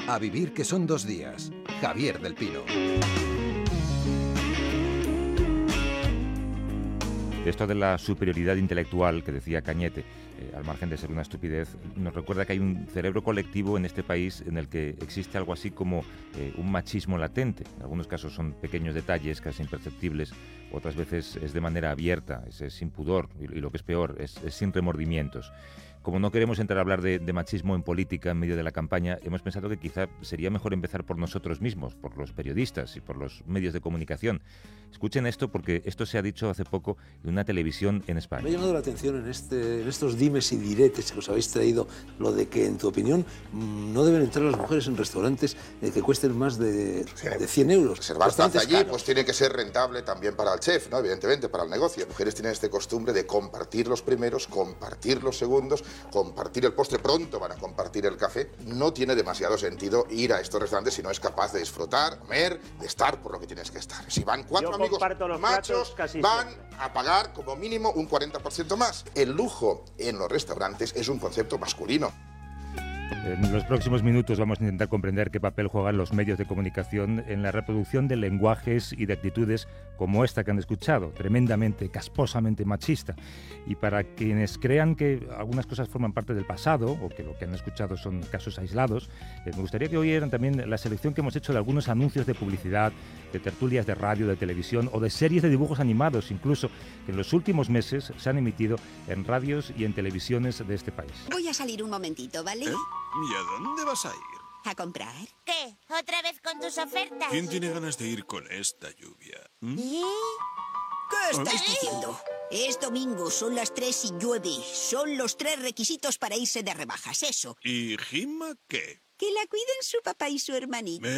A vivir que son 2 días. Javier del Pino. Esto de la superioridad intelectual que decía Cañete, al margen de ser una estupidez, nos recuerda que hay un cerebro colectivo en este país en el que existe algo así como un machismo latente. En algunos casos son pequeños detalles casi imperceptibles, otras veces es de manera abierta, es sin pudor y lo que es peor, es sin remordimientos. Como no queremos entrar a hablar de machismo en política en medio de la campaña, hemos pensado que quizá sería mejor empezar por nosotros mismos, por los periodistas y por los medios de comunicación. Escuchen esto porque esto se ha dicho hace poco en una televisión en España. Me ha llamado la atención en estos dimes y diretes que os habéis traído lo de que, en tu opinión, no deben entrar las mujeres en restaurantes que cuesten más de 100 euros. Reservar plaza allí pues tiene que ser rentable también para el chef, ¿no? Evidentemente, para el negocio. Las mujeres tienen esta costumbre de compartir los primeros, compartir los segundos, compartir el postre, pronto van a compartir el café. No tiene demasiado sentido ir a estos restaurantes si no es capaz de disfrutar, comer, de estar por lo que tienes que estar. Si van 4 amigos machos, van a pagar como mínimo un 40% más. El lujo en los restaurantes es un concepto masculino. En los próximos minutos vamos a intentar comprender qué papel juegan los medios de comunicación en la reproducción de lenguajes y de actitudes como esta que han escuchado, tremendamente, casposamente machista. Y para quienes crean que algunas cosas forman parte del pasado o que lo que han escuchado son casos aislados, me gustaría que oyeran también la selección que hemos hecho de algunos anuncios de publicidad, de tertulias de radio, de televisión o de series de dibujos animados, incluso, que en los últimos meses se han emitido en radios y en televisiones de este país. Voy a salir un momentito, ¿vale? ¿Y a dónde vas a ir? ¿A comprar? ¿Qué? ¿Otra vez con tus ofertas? ¿Quién tiene ganas de ir con esta lluvia? ¿Y? ¿Qué estáis diciendo? Es domingo, son las 3 y llueve. Son los 3 requisitos para irse de rebajas, eso. ¿Y Gima qué? Que la cuiden su papá y su hermanito.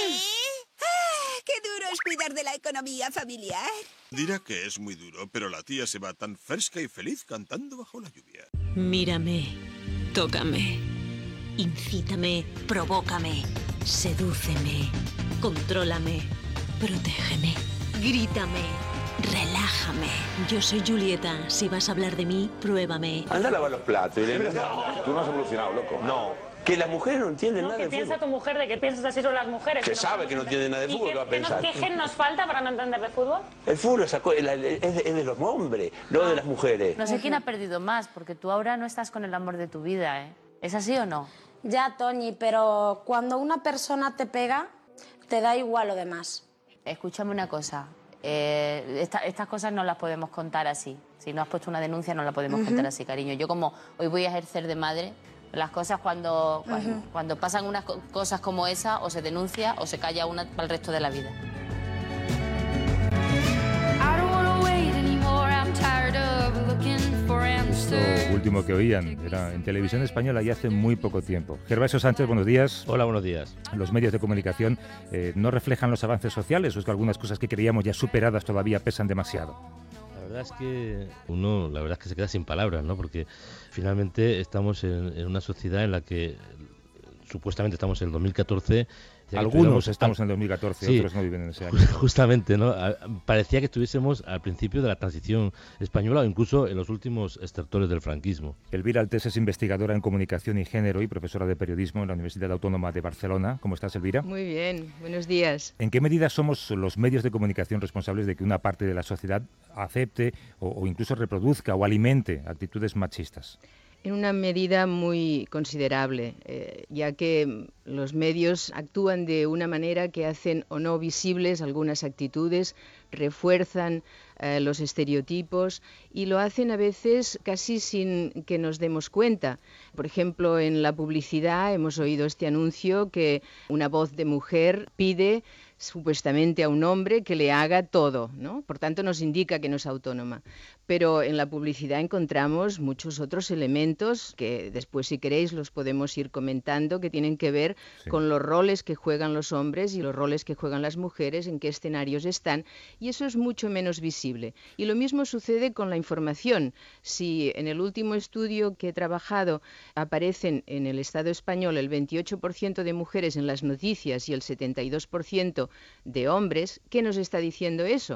¡Qué duro es cuidar de la economía familiar! Dirá que es muy duro, pero la tía se va tan fresca y feliz cantando bajo la lluvia. Mírame, tócame, incítame, provócame, sedúceme, contrólame, protégeme, grítame, relájame. Yo soy Julieta, si vas a hablar de mí, pruébame. Anda a lavar los platos, Irene. Tú no has evolucionado, loco. No. Que las mujeres no entienden nada de fútbol. ¿Qué piensa tu mujer de que piensas así sobre las mujeres? Que sabe que no entiende nada de fútbol, ¿qué va a pensar? ¿Qué gen nos falta para no entender de fútbol? El fútbol es de los hombres, no de las mujeres. No sé quién ha perdido más, porque tú ahora no estás con el amor de tu vida, ¿eh? ¿Es así o no? Ya, Toñi, pero cuando una persona te pega, te da igual lo demás. Escúchame una cosa. Estas cosas no las podemos contar así. Si no has puesto una denuncia, no la podemos contar así, cariño. Yo como hoy voy a ejercer de madre, las cosas cuando pasan unas cosas como esa, o se denuncia o se calla una para el resto de la vida. Esto último que oían era en Televisión Española y hace muy poco tiempo. Gervasio Sánchez, buenos días. Hola, buenos días. Los medios de comunicación no reflejan los avances sociales, o es que algunas cosas que creíamos ya superadas todavía pesan demasiado. La verdad es que se queda sin palabras, ¿no? Porque finalmente estamos en una sociedad en la que supuestamente estamos en el 2014. Algunos estamos en el 2014, sí, otros no viven en ese año. Justamente, ¿no? Parecía que estuviésemos al principio de la transición española o incluso en los últimos estertores del franquismo. Elvira Altés es investigadora en comunicación y género y profesora de periodismo en la Universidad Autónoma de Barcelona. ¿Cómo estás, Elvira? Muy bien, buenos días. ¿En qué medida somos los medios de comunicación responsables de que una parte de la sociedad acepte o incluso reproduzca o alimente actitudes machistas? En una medida muy considerable, ya que los medios actúan de una manera que hacen o no visibles algunas actitudes, refuerzan los estereotipos y lo hacen a veces casi sin que nos demos cuenta. Por ejemplo, en la publicidad hemos oído este anuncio que una voz de mujer pide supuestamente a un hombre que le haga todo, ¿no? Por tanto, nos indica que no es autónoma. Pero en la publicidad encontramos muchos otros elementos que después, si queréis, los podemos ir comentando, que tienen que ver con los roles que juegan los hombres y los roles que juegan las mujeres, en qué escenarios están, y eso es mucho menos visible. Y lo mismo sucede con la información. Si en el último estudio que he trabajado aparecen en el Estado español el 28% de mujeres en las noticias y el 72% de hombres, ¿qué nos está diciendo eso?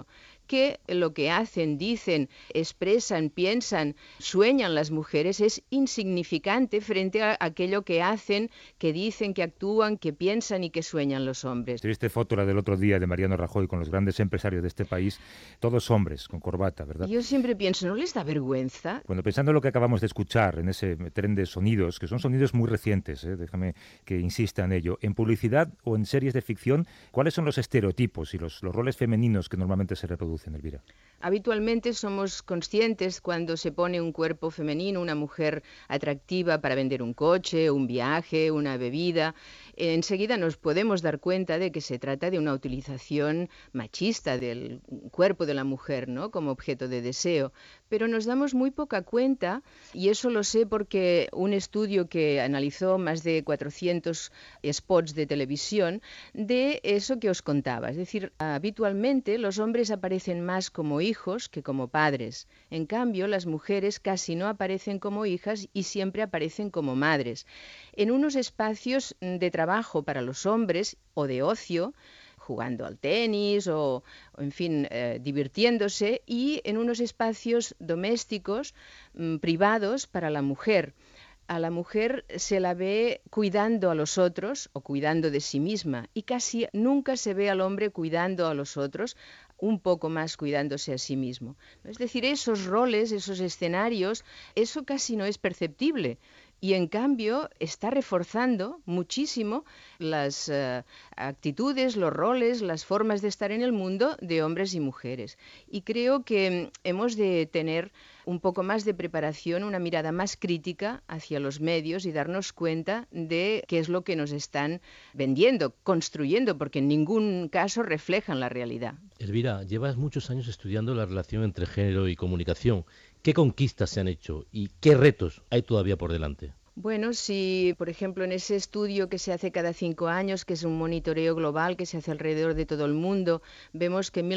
que lo que hacen, dicen, expresan, piensan, sueñan las mujeres es insignificante frente a aquello que hacen, que dicen, que actúan, que piensan y que sueñan los hombres. Triste foto la del otro día de Mariano Rajoy con los grandes empresarios de este país, todos hombres, con corbata, ¿verdad? Yo siempre pienso, ¿no les da vergüenza? Bueno, pensando en lo que acabamos de escuchar, en ese tren de sonidos, que son sonidos muy recientes, déjame que insista en ello, en publicidad o en series de ficción, ¿cuáles son los estereotipos y los roles femeninos que normalmente se reproducen, Elvira? Habitualmente somos conscientes cuando se pone un cuerpo femenino, una mujer atractiva para vender un coche, un viaje, una bebida. Enseguida nos podemos dar cuenta de que se trata de una utilización machista del cuerpo de la mujer, ¿no?, como objeto de deseo. Pero nos damos muy poca cuenta, y eso lo sé porque un estudio que analizó más de 400 spots de televisión, de eso que os contaba. Es decir, habitualmente los hombres aparecen más como hijos que como padres. En cambio, las mujeres casi no aparecen como hijas y siempre aparecen como madres. En unos espacios de trabajo para los hombres o de ocio, jugando al tenis o en fin, divirtiéndose, y en unos espacios domésticos privados para la mujer. A la mujer se la ve cuidando a los otros o cuidando de sí misma, y casi nunca se ve al hombre cuidando a los otros, un poco más cuidándose a sí mismo. Es decir, esos roles, esos escenarios, eso casi no es perceptible. Y en cambio está reforzando muchísimo las actitudes, los roles, las formas de estar en el mundo de hombres y mujeres. Y creo que hemos de tener un poco más de preparación, una mirada más crítica hacia los medios y darnos cuenta de qué es lo que nos están vendiendo, construyendo, porque en ningún caso reflejan la realidad. Elvira, llevas muchos años estudiando la relación entre género y comunicación. ¿Qué conquistas se han hecho y qué retos hay todavía por delante? Bueno, si por ejemplo en ese estudio que se hace cada 5 años, que es un monitoreo global que se hace alrededor de todo el mundo, vemos que en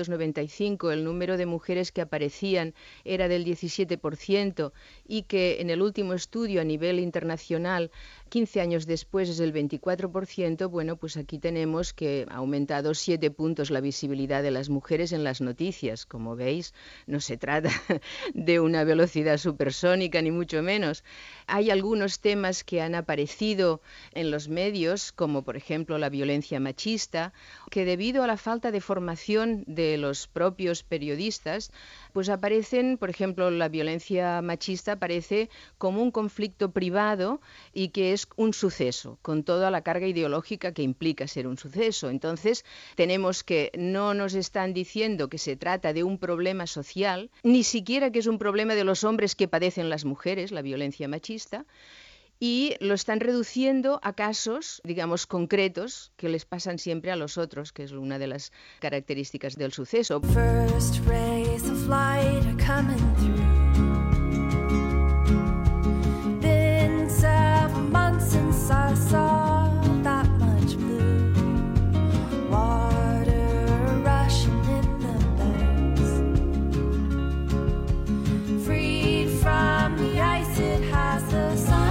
1995 el número de mujeres que aparecían era del 17% y que en el último estudio a nivel internacional, 15 años después, es el 24%, bueno, pues aquí tenemos que ha aumentado 7 puntos la visibilidad de las mujeres en las noticias. Como veis, no se trata de una velocidad supersónica, ni mucho menos. Hay algunos temas que han aparecido en los medios, como por ejemplo la violencia machista, que debido a la falta de formación de los propios periodistas, pues aparecen, por ejemplo, la violencia machista aparece como un conflicto privado y que es un suceso, con toda la carga ideológica que implica ser un suceso. Entonces, tenemos que no nos están diciendo que se trata de un problema social, ni siquiera que es un problema de los hombres que padecen las mujeres, la violencia machista, y lo están reduciendo a casos, digamos, concretos que les pasan siempre a los otros, que es una de las características del suceso. First rays of light are coming through. Been 7 months since I saw that much blue water rushing in the lakes. Freed from the ice, it has the sun.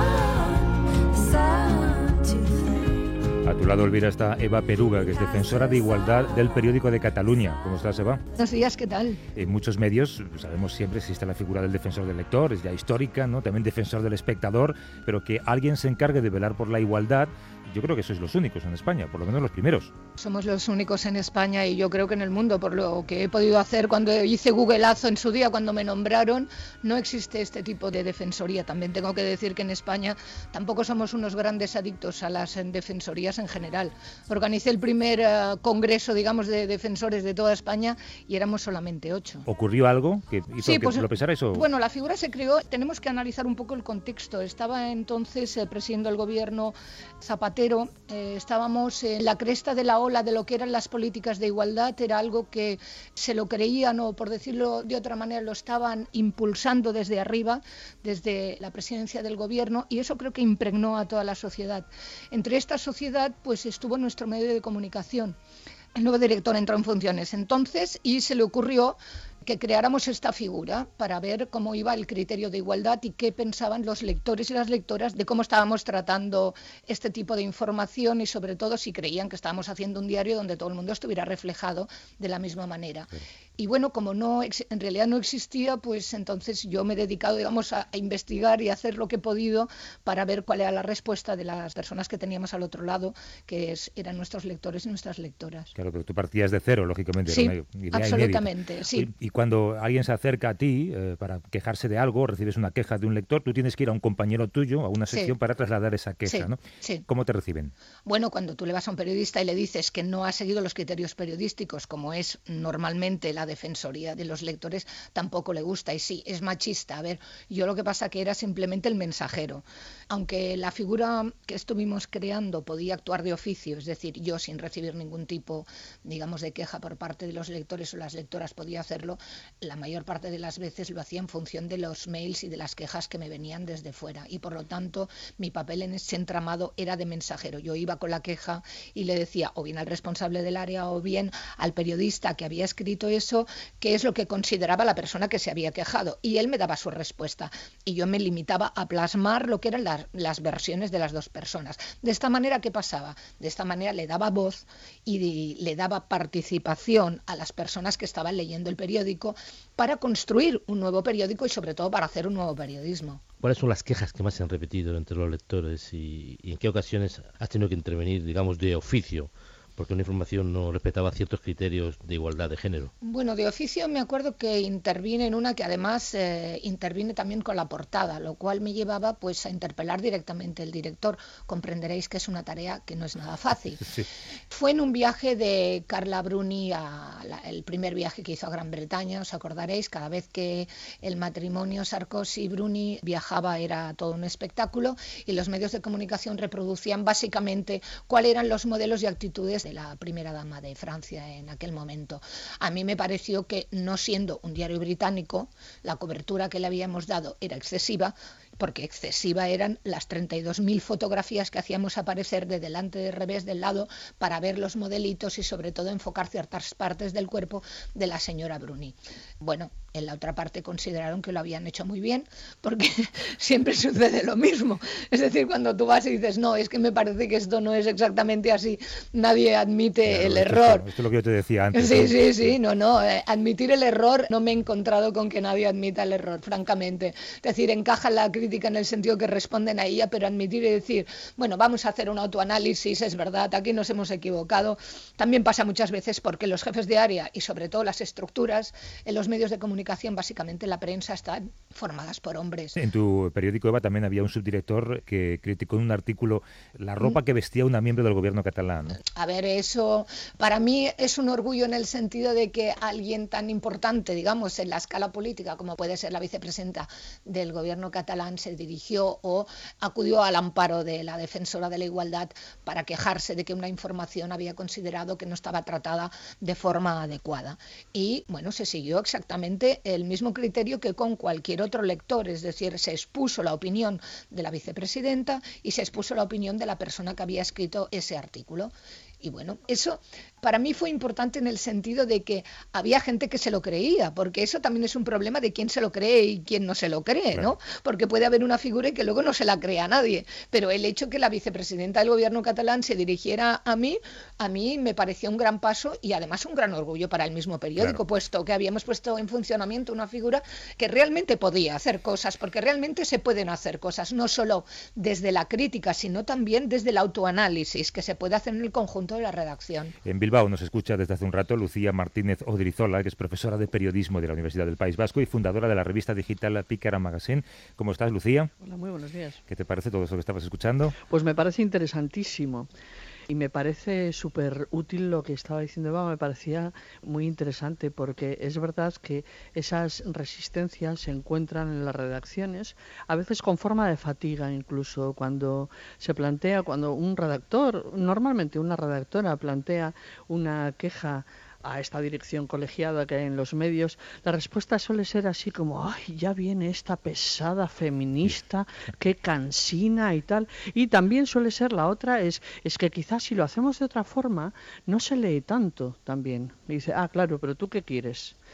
A tu lado, Elvira, está Eva Peruga, que es defensora de igualdad del Periódico de Cataluña. ¿Cómo estás, Eva? Buenos días, ¿qué tal? En muchos medios, sabemos siempre, existe la figura del defensor del lector, es ya histórica, ¿no? También defensor del espectador, pero que alguien se encargue de velar por la igualdad, yo creo que sois los únicos en España, por lo menos los primeros. Somos los únicos en España y yo creo que en el mundo, por lo que he podido hacer cuando hice Googleazo en su día, cuando me nombraron, no existe este tipo de defensoría. También tengo que decir que en España tampoco somos unos grandes adictos a las defensorías en general. Organicé el primer congreso, digamos, de defensores de toda España y éramos solamente 8. ¿Ocurrió algo que hizo que lo pensarais? Bueno, la figura se creó, tenemos que analizar un poco el contexto. Estaba entonces presidiendo el gobierno Zapatero. Estábamos en la cresta de la ola de lo que eran las políticas de igualdad, era algo que se lo creían o, por decirlo de otra manera, lo estaban impulsando desde arriba, desde la presidencia del gobierno, y eso creo que impregnó a toda la sociedad. Entre esta sociedad pues estuvo nuestro medio de comunicación. El nuevo director entró en funciones entonces y se le ocurrió que creáramos esta figura para ver cómo iba el criterio de igualdad y qué pensaban los lectores y las lectoras de cómo estábamos tratando este tipo de información y sobre todo si creían que estábamos haciendo un diario donde todo el mundo estuviera reflejado de la misma manera. Y bueno, como en realidad no existía, pues entonces yo me he dedicado, digamos, a investigar y a hacer lo que he podido para ver cuál era la respuesta de las personas que teníamos al otro lado, que eran nuestros lectores y nuestras lectoras. Claro, pero tú partías de cero, lógicamente. Sí, absolutamente, sí. Y cuando alguien se acerca a ti para quejarse de algo, recibes una queja de un lector, tú tienes que ir a un compañero tuyo, a una sección para trasladar esa queja, ¿no? Sí. ¿Cómo te reciben? Bueno, cuando tú le vas a un periodista y le dices que no ha seguido los criterios periodísticos, como es normalmente la defensoría de los lectores, tampoco le gusta. Y sí, es machista. A ver, yo lo que pasa que era simplemente el mensajero. Aunque la figura que estuvimos creando podía actuar de oficio, es decir, yo sin recibir ningún tipo, digamos, de queja por parte de los lectores o las lectoras podía hacerlo, la mayor parte de las veces lo hacía en función de los mails y de las quejas que me venían desde fuera. Y por lo tanto, mi papel en ese entramado era de mensajero. Yo iba con la queja y le decía o bien al responsable del área o bien al periodista que había escrito eso, qué es lo que consideraba la persona que se había quejado. Y él me daba su respuesta. Y yo me limitaba a plasmar lo que eran las versiones de las dos personas. De esta manera, ¿qué pasaba? De esta manera le daba voz y le daba participación a las personas que estaban leyendo el periódico para construir un nuevo periódico y sobre todo para hacer un nuevo periodismo. ¿Cuáles son las quejas que más se han repetido entre los lectores y en qué ocasiones has tenido que intervenir, digamos, de oficio? Porque una información no respetaba ciertos criterios de igualdad de género. Bueno, de oficio me acuerdo que intervine en una que además intervine también con la portada, lo cual me llevaba pues a interpelar directamente al director. Comprenderéis que es una tarea que no es nada fácil. Sí. Fue en un viaje de Carla Bruni, el primer viaje que hizo a Gran Bretaña, os acordaréis, cada vez que el matrimonio Sarkozy-Bruni viajaba era todo un espectáculo y los medios de comunicación reproducían básicamente cuáles eran los modelos y actitudes de la primera dama de Francia en aquel momento. A mí me pareció que, no siendo un diario británico, la cobertura que le habíamos dado era excesiva, porque excesiva eran las 32.000 fotografías que hacíamos aparecer de delante, de revés, del lado, para ver los modelitos y sobre todo enfocar ciertas partes del cuerpo de la señora Bruni. Bueno, en la otra parte consideraron que lo habían hecho muy bien, porque siempre sucede lo mismo. Es decir, cuando tú vas y dices, no, es que me parece que esto no es exactamente así, nadie admite el error. Esto es lo que yo te decía antes. Sí, no, admitir el error, no me he encontrado con que nadie admita el error, francamente. Es decir, encaja la crítica en el sentido que responden a ella, pero admitir y decir, bueno, vamos a hacer un autoanálisis, es verdad, aquí nos hemos equivocado. También pasa muchas veces porque los jefes de área y sobre todo las estructuras en los medios de comunicación, básicamente la prensa, están formadas por hombres. En tu periódico, Eva, también había un subdirector que criticó en un artículo la ropa que vestía una miembro del gobierno catalán, ¿no? A ver, eso para mí es un orgullo en el sentido de que alguien tan importante, digamos, en la escala política como puede ser la vicepresidenta del gobierno catalán se dirigió o acudió al amparo de la defensora de la igualdad para quejarse de que una información había considerado que no estaba tratada de forma adecuada. Y bueno, se siguió exactamente el mismo criterio que con cualquier otro lector, es decir, se expuso la opinión de la vicepresidenta y se expuso la opinión de la persona que había escrito ese artículo. Y bueno, eso para mí fue importante en el sentido de que había gente que se lo creía, porque eso también es un problema de quién se lo cree y quién no se lo cree, ¿no? Porque puede haber una figura y que luego no se la crea nadie. Pero el hecho que la vicepresidenta del gobierno catalán se dirigiera a mí me pareció un gran paso y además un gran orgullo para el mismo periódico, puesto que habíamos puesto en funcionamiento una figura que realmente podía hacer cosas, porque realmente se pueden hacer cosas, no solo desde la crítica, sino también desde el autoanálisis que se puede hacer en el conjunto de la redacción. En Bilbao nos escucha desde hace un rato Lucía Martínez Odrizola, que es profesora de periodismo de la Universidad del País Vasco y fundadora de la revista digital Pícara Magazine. ¿Cómo estás, Lucía? Hola, muy buenos días. ¿Qué te parece todo eso que estabas escuchando? Pues me parece interesantísimo. Y me parece súper útil lo que estaba diciendo Eva, me parecía muy interesante porque es verdad que esas resistencias se encuentran en las redacciones, a veces con forma de fatiga incluso, cuando se plantea, cuando un redactor, normalmente una redactora plantea una queja a esta dirección colegiada que hay en los medios, la respuesta suele ser así como, ay, ya viene esta pesada feminista, qué cansina y tal. Y también suele ser la otra, es que quizás si lo hacemos de otra forma, no se lee tanto también. Y dice, claro, pero ¿tú qué quieres?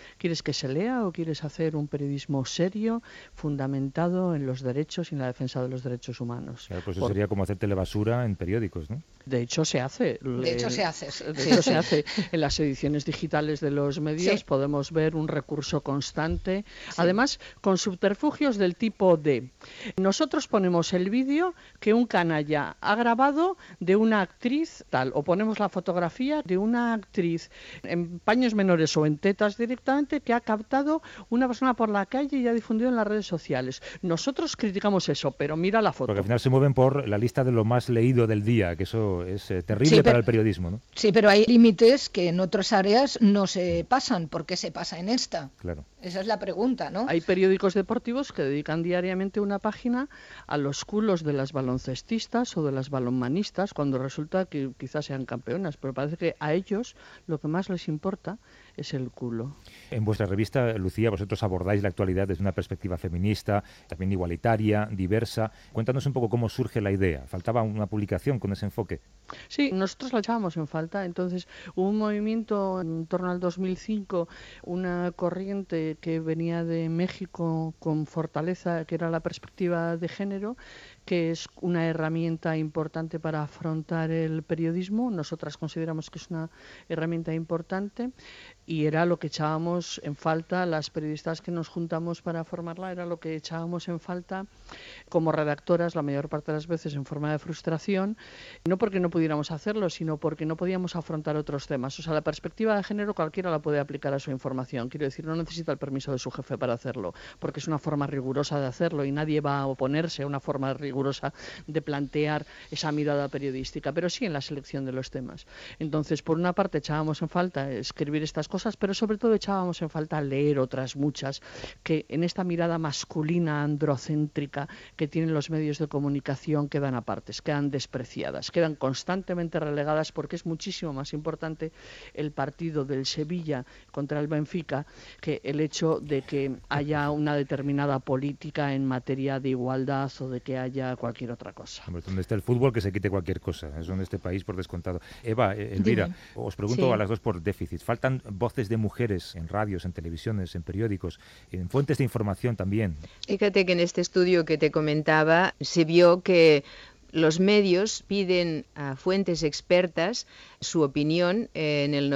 ¿Quieres que se lea o quieres hacer un periodismo serio, fundamentado en los derechos y en la defensa de los derechos humanos? Claro, pues eso sería como hacer telebasura en periódicos, ¿no? De hecho se hace. De hecho se hace. De hecho se hace. En las ediciones digitales de los medios podemos ver un recurso constante. Además, con subterfugios del tipo de... Nosotros ponemos el vídeo que un canalla ha grabado de una actriz tal, o ponemos la fotografía de una actriz en paños menores o en tetas directamente que ha captado una persona por la calle y ha difundido en las redes sociales. Nosotros criticamos eso, pero mira la foto. Porque al final se mueven por la lista de lo más leído del día, que eso es terrible para el periodismo, ¿no? Sí, pero hay límites que en otras áreas no se pasan. ¿Por qué se pasa en esta? Claro. Esa es la pregunta, ¿no? Hay periódicos deportivos que dedican diariamente una página a los culos de las baloncestistas o de las balonmanistas, cuando resulta que quizás sean campeonas, pero parece que a ellos lo que más les importa es el culo. En vuestra revista, Lucía, vosotros abordáis la actualidad desde una perspectiva feminista, también igualitaria, diversa. Cuéntanos un poco cómo surge la idea. ¿Faltaba una publicación con ese enfoque? Sí, nosotros la echábamos en falta. Entonces hubo un movimiento en torno al 2005, una corriente que venía de México con fortaleza, que era la perspectiva de género, que es una herramienta importante para afrontar el periodismo. Nosotras consideramos que es una herramienta importante y era lo que echábamos en falta, las periodistas que nos juntamos para formarla, era lo que echábamos en falta como redactoras la mayor parte de las veces en forma de frustración, no porque no pudiéramos hacerlo, sino porque no podíamos afrontar otros temas. O sea, la perspectiva de género cualquiera la puede aplicar a su información. Quiero decir, no necesita el permiso de su jefe para hacerlo, porque es una forma rigurosa de hacerlo y nadie va a oponerse a una forma rigurosa de plantear esa mirada periodística, pero sí en la selección de los temas. Entonces, por una parte echábamos en falta escribir estas cosas, pero sobre todo echábamos en falta leer otras muchas que en esta mirada masculina androcéntrica que tienen los medios de comunicación quedan apartes, quedan despreciadas, quedan constantemente relegadas, porque es muchísimo más importante el partido del Sevilla contra el Benfica que el hecho de que haya una determinada política en materia de igualdad o de que haya cualquier otra cosa. Hombre, donde está el fútbol, que se quite cualquier cosa. Eso en este país, por descontado. Eva, Elvira, Dime. os pregunto Sí. a las dos por déficit. ¿Faltan voces de mujeres en radios, en televisiones, en periódicos, en fuentes de información también? Fíjate que en este estudio que te comentaba se vio que los medios piden a fuentes expertas su opinión, en el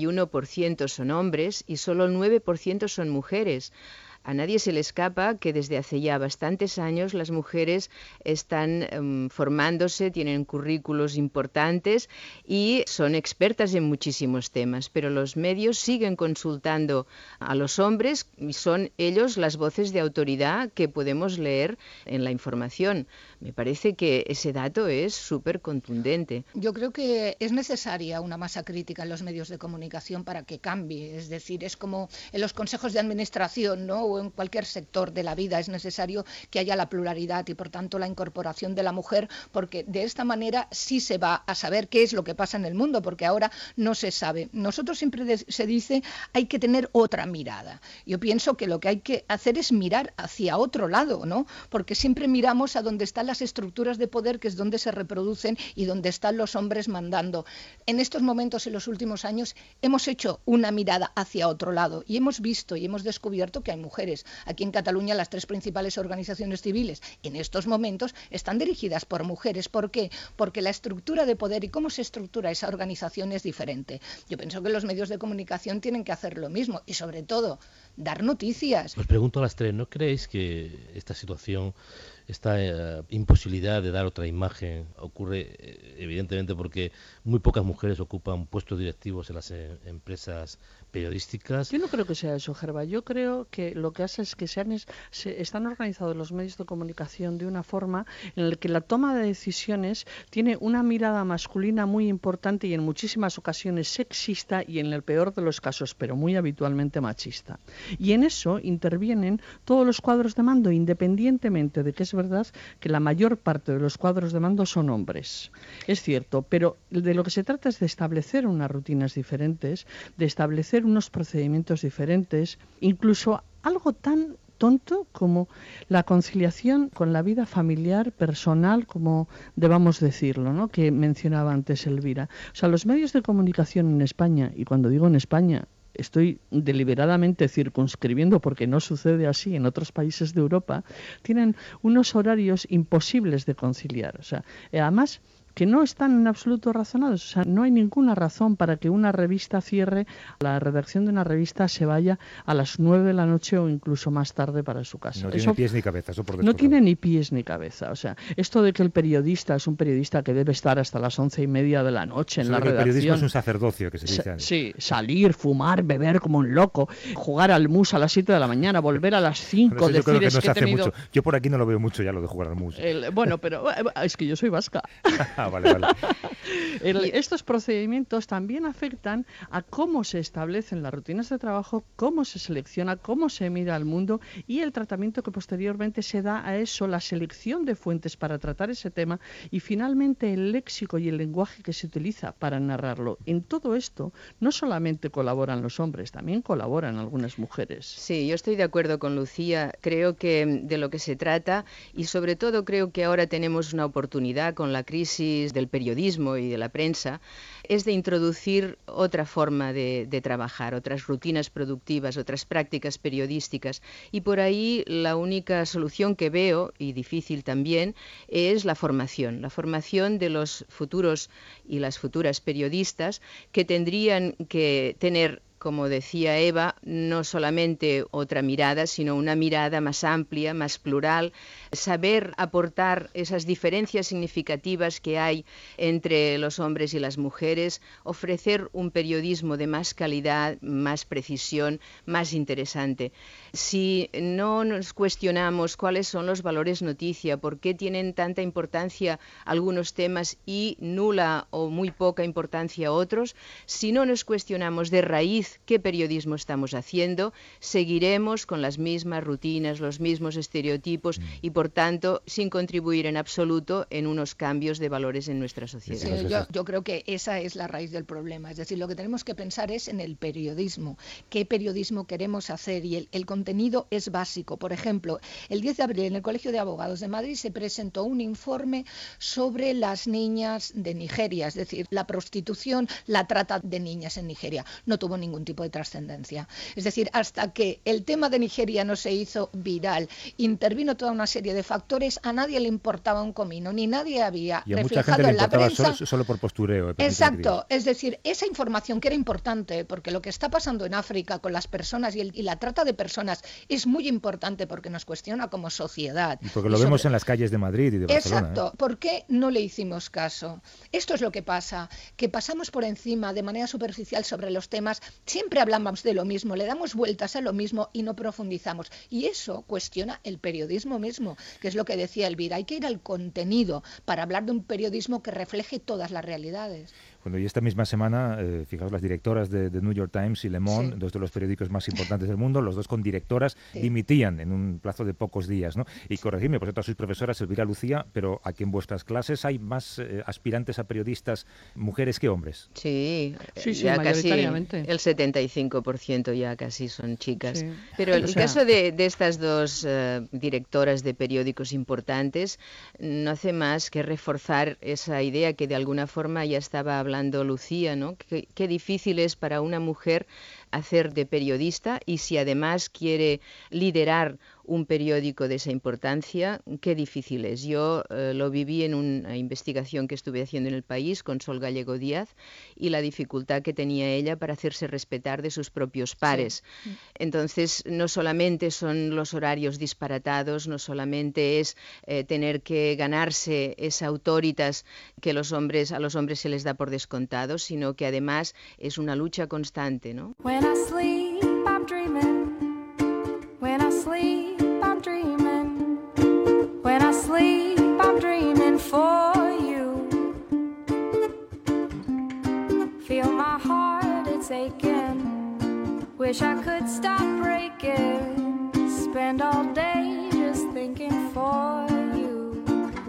91% son hombres y solo el 9% son mujeres. A nadie se le escapa que desde hace ya bastantes años las mujeres están formándose, tienen currículos importantes y son expertas en muchísimos temas, pero los medios siguen consultando a los hombres y son ellos las voces de autoridad que podemos leer en la información. Me parece que ese dato es súper contundente. Yo creo que es necesaria una masa crítica en los medios de comunicación para que cambie. Es decir, es como en los consejos de administración, ¿no? O en cualquier sector de la vida es necesario que haya la pluralidad y, por tanto, la incorporación de la mujer, porque de esta manera sí se va a saber qué es lo que pasa en el mundo, porque ahora no se sabe. Nosotros siempre se dice hay que tener otra mirada. Yo pienso que lo que hay que hacer es mirar hacia otro lado, ¿no? Porque siempre miramos a donde están las estructuras de poder, que es donde se reproducen y donde están los hombres mandando. En estos momentos, en los últimos años, hemos hecho una mirada hacia otro lado y hemos visto y hemos descubierto que hay mujeres. Aquí en Cataluña las 3 principales organizaciones civiles en estos momentos están dirigidas por mujeres. ¿Por qué? Porque la estructura de poder y cómo se estructura esa organización es diferente. Yo pienso que los medios de comunicación tienen que hacer lo mismo y, sobre todo, dar noticias. Os pregunto a las 3, ¿no creéis que esta situación, esta imposibilidad de dar otra imagen ocurre evidentemente porque muy pocas mujeres ocupan puestos directivos en las empresas periodísticas? Yo no creo que sea eso, Gerba. Yo creo que lo que hace es que están organizados los medios de comunicación de una forma en la que la toma de decisiones tiene una mirada masculina muy importante y en muchísimas ocasiones sexista y en el peor de los casos, pero muy habitualmente machista. Y en eso intervienen todos los cuadros de mando, independientemente de que es verdad que la mayor parte de los cuadros de mando son hombres. Es cierto, pero de lo que se trata es de establecer unas rutinas diferentes, de establecer unos procedimientos diferentes, incluso algo tan tonto como la conciliación con la vida familiar, personal, como debamos decirlo, ¿no? Que mencionaba antes Elvira. O sea, los medios de comunicación en España, y cuando digo en España, estoy deliberadamente circunscribiendo porque no sucede así en otros países de Europa, tienen unos horarios imposibles de conciliar. O sea, además que no están en absoluto razonados. O sea, no hay ninguna razón para que una revista cierre, la redacción de una revista se vaya a las 9 de la noche o incluso más tarde para su casa. No tiene pies ni cabeza, eso por descontado. No tiene ni pies ni cabeza. O sea, esto de que el periodista es un periodista que debe estar hasta las 11:30 de la noche en la redacción. El periodismo es un sacerdocio, que se dice. Sí, salir, fumar, beber como un loco, jugar al mus a las 7 de la mañana, volver a las 5, decir, yo creo que no se hace mucho. Yo por aquí no lo veo mucho ya, lo de jugar al mus. Bueno, pero es que yo soy vasca. Vale. Estos procedimientos también afectan a cómo se establecen las rutinas de trabajo, cómo se selecciona, cómo se mira al mundo y el tratamiento que posteriormente se da a eso, la selección de fuentes para tratar ese tema y finalmente el léxico y el lenguaje que se utiliza para narrarlo. En todo esto no solamente colaboran los hombres, también colaboran algunas mujeres. Sí, yo estoy de acuerdo con Lucía. Creo que de lo que se trata y sobre todo creo que ahora tenemos una oportunidad con la crisis del periodismo y de la prensa, es de introducir otra forma de trabajar, otras rutinas productivas, otras prácticas periodísticas. Y por ahí la única solución que veo, y difícil también, es la formación de los futuros y las futuras periodistas que tendrían que tener, como decía Eva, no solamente otra mirada, sino una mirada más amplia, más plural, saber aportar esas diferencias significativas que hay entre los hombres y las mujeres, ofrecer un periodismo de más calidad, más precisión, más interesante. Si no nos cuestionamos cuáles son los valores noticia, por qué tienen tanta importancia algunos temas y nula o muy poca importancia otros, si no nos cuestionamos de raíz qué periodismo estamos haciendo, seguiremos con las mismas rutinas, los mismos estereotipos y, por tanto, sin contribuir en absoluto en unos cambios de valores en nuestra sociedad. Sí, yo creo que esa es la raíz del problema. Es decir, lo que tenemos que pensar es en el periodismo. ¿Qué periodismo queremos hacer? Y el contenido es básico. Por ejemplo, el 10 de abril en el Colegio de Abogados de Madrid se presentó un informe sobre las niñas de Nigeria, es decir, la prostitución, la trata de niñas en Nigeria. No tuvo ningún tipo de trascendencia. Es decir, hasta que el tema de Nigeria no se hizo viral, intervino toda una serie de factores, a nadie le importaba un comino, ni nadie había y a reflejado en la prensa. Solo por postureo. Exacto, es decir, esa información que era importante, porque lo que está pasando en África con las personas y la trata de personas es muy importante porque nos cuestiona como sociedad. Y porque lo vemos en las calles de Madrid y de Barcelona. Exacto, ¿por qué no le hicimos caso? Esto es lo que pasa, que pasamos por encima de manera superficial sobre los temas, siempre hablamos de lo mismo, le damos vueltas a lo mismo y no profundizamos. Y eso cuestiona el periodismo mismo, que es lo que decía Elvira. Hay que ir al contenido para hablar de un periodismo que refleje todas las realidades. Bueno, y esta misma semana, fijaos, las directoras de New York Times y Le Monde, dos de los periódicos más importantes del mundo, los dos con directoras, dimitían en un plazo de pocos días, ¿no? Y corregidme, por cierto, sois profesoras, Elvira, Lucía, pero aquí en vuestras clases hay más aspirantes a periodistas mujeres que hombres. Sí, ya casi el 75% ya casi son chicas. Sí. Pero el caso de estas dos directoras de periódicos importantes no hace más que reforzar esa idea que de alguna forma ya estaba hablando Lucía, ¿no? Qué difícil es para una mujer hacer de periodista y si además quiere liderar un periódico de esa importancia, qué difícil es. Yo lo viví en una investigación que estuve haciendo en El País con Sol Gallego Díaz y la dificultad que tenía ella para hacerse respetar de sus propios pares. Sí. Entonces, no solamente son los horarios disparatados, no solamente es tener que ganarse esa autoritas que a los hombres se les da por descontado, sino que además es una lucha constante, ¿no? When I sleep, I'm dreaming. When I sleep, I'm dreaming. When I sleep, I'm dreaming for you. Feel my heart, it's aching. Wish I could stop breaking. Spend all day just thinking for you.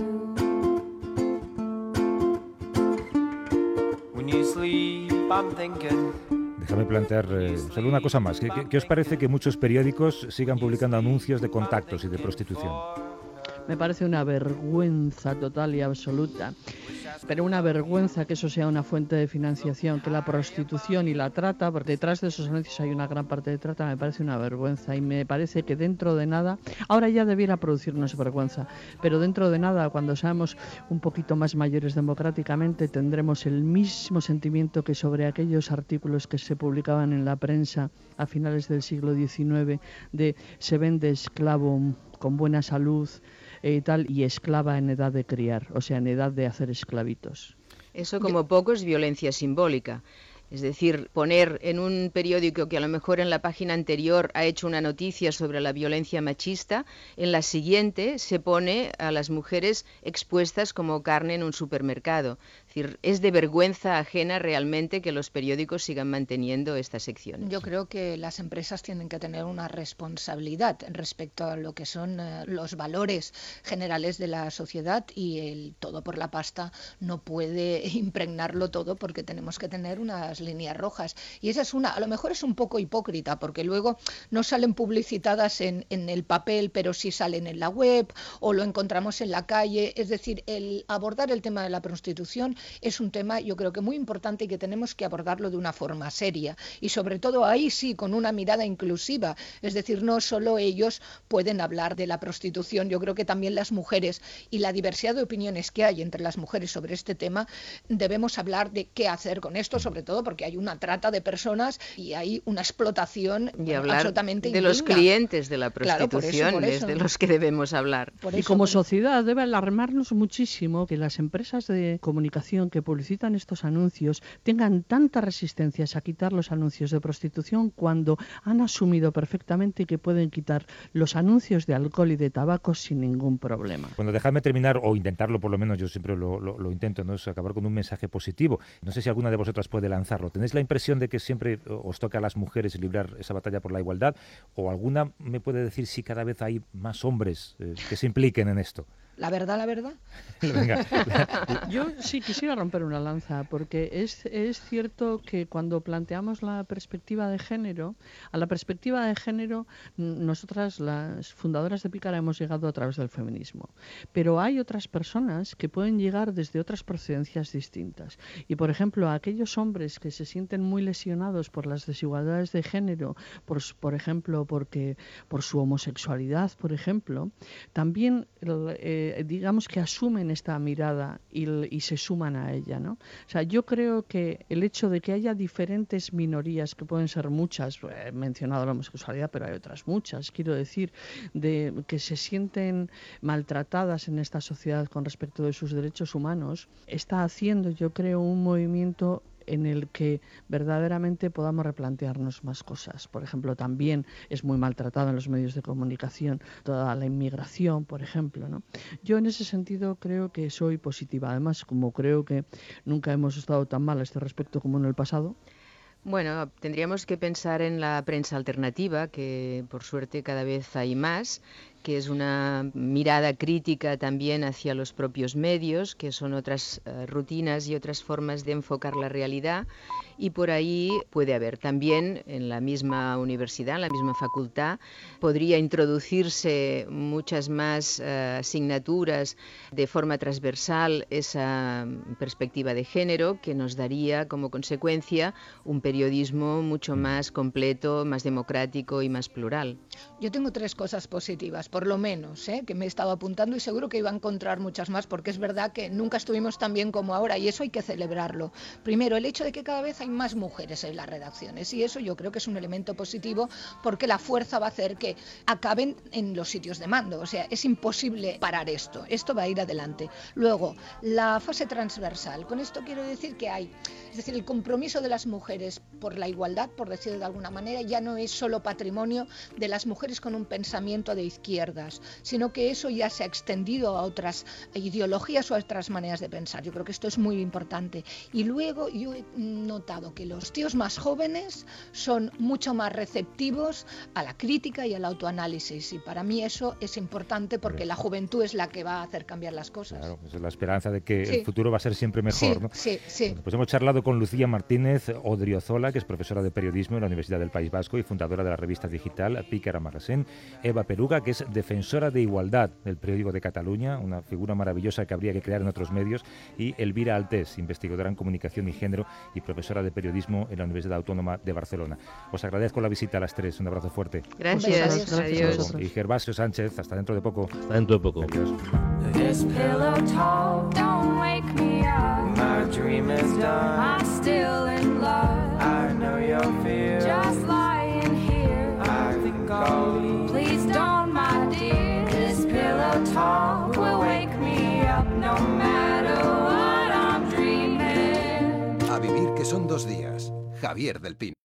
When you sleep, I'm thinking. Déjame plantear solo una cosa más. ¿Qué os parece que muchos periódicos sigan publicando anuncios de contactos y de prostitución? Me parece una vergüenza total y absoluta. Pero una vergüenza que eso sea una fuente de financiación, que la prostitución y la trata, porque detrás de esos anuncios hay una gran parte de trata, me parece una vergüenza y me parece que dentro de nada, ahora ya debiera producirnos vergüenza, pero dentro de nada, cuando seamos un poquito más mayores democráticamente, tendremos el mismo sentimiento que sobre aquellos artículos que se publicaban en la prensa a finales del siglo XIX de se vende esclavo con buena salud y esclava en edad de criar, o sea, en edad de hacer esclavitos. Eso como poco es violencia simbólica. Es decir, poner en un periódico que a lo mejor en la página anterior ha hecho una noticia sobre la violencia machista, en la siguiente se pone a las mujeres expuestas como carne en un supermercado. Es decir, es de vergüenza ajena realmente que los periódicos sigan manteniendo estas secciones. Yo creo que las empresas tienen que tener una responsabilidad respecto a lo que son los valores generales de la sociedad, y el todo por la pasta no puede impregnarlo todo, porque tenemos que tener unas líneas rojas. Y esa es una, a lo mejor es un poco hipócrita, porque luego no salen publicitadas en el papel, pero sí salen en la web o lo encontramos en la calle. Es decir, el abordar el tema de la prostitución es un tema, yo creo que muy importante, y que tenemos que abordarlo de una forma seria, y sobre todo ahí sí, con una mirada inclusiva. Es decir, no solo ellos pueden hablar de la prostitución, yo creo que también las mujeres, y la diversidad de opiniones que hay entre las mujeres sobre este tema, debemos hablar de qué hacer con esto, sobre todo porque hay una trata de personas y hay una explotación absolutamente de indigna. Los clientes de la prostitución, claro, por eso. Es de los que debemos hablar. Y como sociedad debe alarmarnos muchísimo que las empresas de comunicación que publicitan estos anuncios tengan tantas resistencias a quitar los anuncios de prostitución, cuando han asumido perfectamente que pueden quitar los anuncios de alcohol y de tabaco sin ningún problema. Bueno, dejadme terminar, o intentarlo por lo menos, yo siempre lo intento, ¿no? Es acabar con un mensaje positivo. No sé si alguna de vosotras puede lanzarlo. ¿Tenéis la impresión de que siempre os toca a las mujeres librar esa batalla por la igualdad? ¿O alguna me puede decir si cada vez hay más hombres que se impliquen en esto? La verdad. Venga. Yo sí quisiera romper una lanza, porque es cierto que cuando planteamos la perspectiva de género, a la perspectiva de género nosotras, las fundadoras de Pícara, hemos llegado a través del feminismo. Pero hay otras personas que pueden llegar desde otras procedencias distintas. Y, por ejemplo, a aquellos hombres que se sienten muy lesionados por las desigualdades de género, por ejemplo, por su homosexualidad, por ejemplo, también digamos que asumen esta mirada y se suman a ella, ¿no? O sea, yo creo que el hecho de que haya diferentes minorías, que pueden ser muchas, he mencionado la homosexualidad, pero hay otras muchas, quiero decir, de que se sienten maltratadas en esta sociedad con respecto de sus derechos humanos, está haciendo, yo creo, un movimiento en el que verdaderamente podamos replantearnos más cosas. Por ejemplo, también es muy maltratado en los medios de comunicación toda la inmigración, por ejemplo, ¿no? Yo en ese sentido creo que soy positiva. Además, como creo que nunca hemos estado tan mal a este respecto como en el pasado. Bueno, tendríamos que pensar en la prensa alternativa, que por suerte cada vez hay más, que es una mirada crítica también hacia los propios medios, que son otras rutinas y otras formas de enfocar la realidad, y por ahí puede haber también en la misma universidad, en la misma facultad, podría introducirse muchas más asignaturas de forma transversal esa perspectiva de género, que nos daría como consecuencia un periodismo mucho más completo, más democrático y más plural. Yo tengo 3 cosas positivas, por lo menos, que me he estado apuntando, y seguro que iba a encontrar muchas más, porque es verdad que nunca estuvimos tan bien como ahora, y eso hay que celebrarlo. Primero, el hecho de que cada vez hay más mujeres en las redacciones, y eso yo creo que es un elemento positivo, porque la fuerza va a hacer que acaben en los sitios de mando. O sea, es imposible parar esto va a ir adelante. Luego, la fase transversal. Con esto quiero decir que es decir, el compromiso de las mujeres por la igualdad, por decirlo de alguna manera, ya no es solo patrimonio de las mujeres con un pensamiento de izquierdas, sino que eso ya se ha extendido a otras ideologías o a otras maneras de pensar. Yo creo que esto es muy importante. Y luego yo he notado que los tíos más jóvenes son mucho más receptivos a la crítica y al autoanálisis, y para mí eso es importante, porque la juventud es la que va a hacer cambiar las cosas. Claro, esa es la esperanza de que el futuro va a ser siempre mejor, ¿no? Sí. Bueno, pues hemos charlado con Lucía Martínez Odriozola, que es profesora de periodismo en la Universidad del País Vasco y fundadora de la revista digital Pícara Magasin, Eva Peruga, que es defensora de igualdad del periódico de Cataluña, una figura maravillosa que habría que crear en otros medios, y Elvira Altés, investigadora en comunicación y género y profesora de periodismo en la Universidad Autónoma de Barcelona. Os agradezco la visita a las tres, un abrazo fuerte. Gracias, adiós. Y Gervasio Sánchez, hasta dentro de poco. Hasta dentro de poco. Adiós. This pillow talk don't wake me up. My dream is done. I'm still in love. I know your fear. Just lying here. I think I'll leave. Please don't, my dear. This pillow talk will wake me up no matter what I'm dreaming. A vivir que son 2 días. Javier del Pino.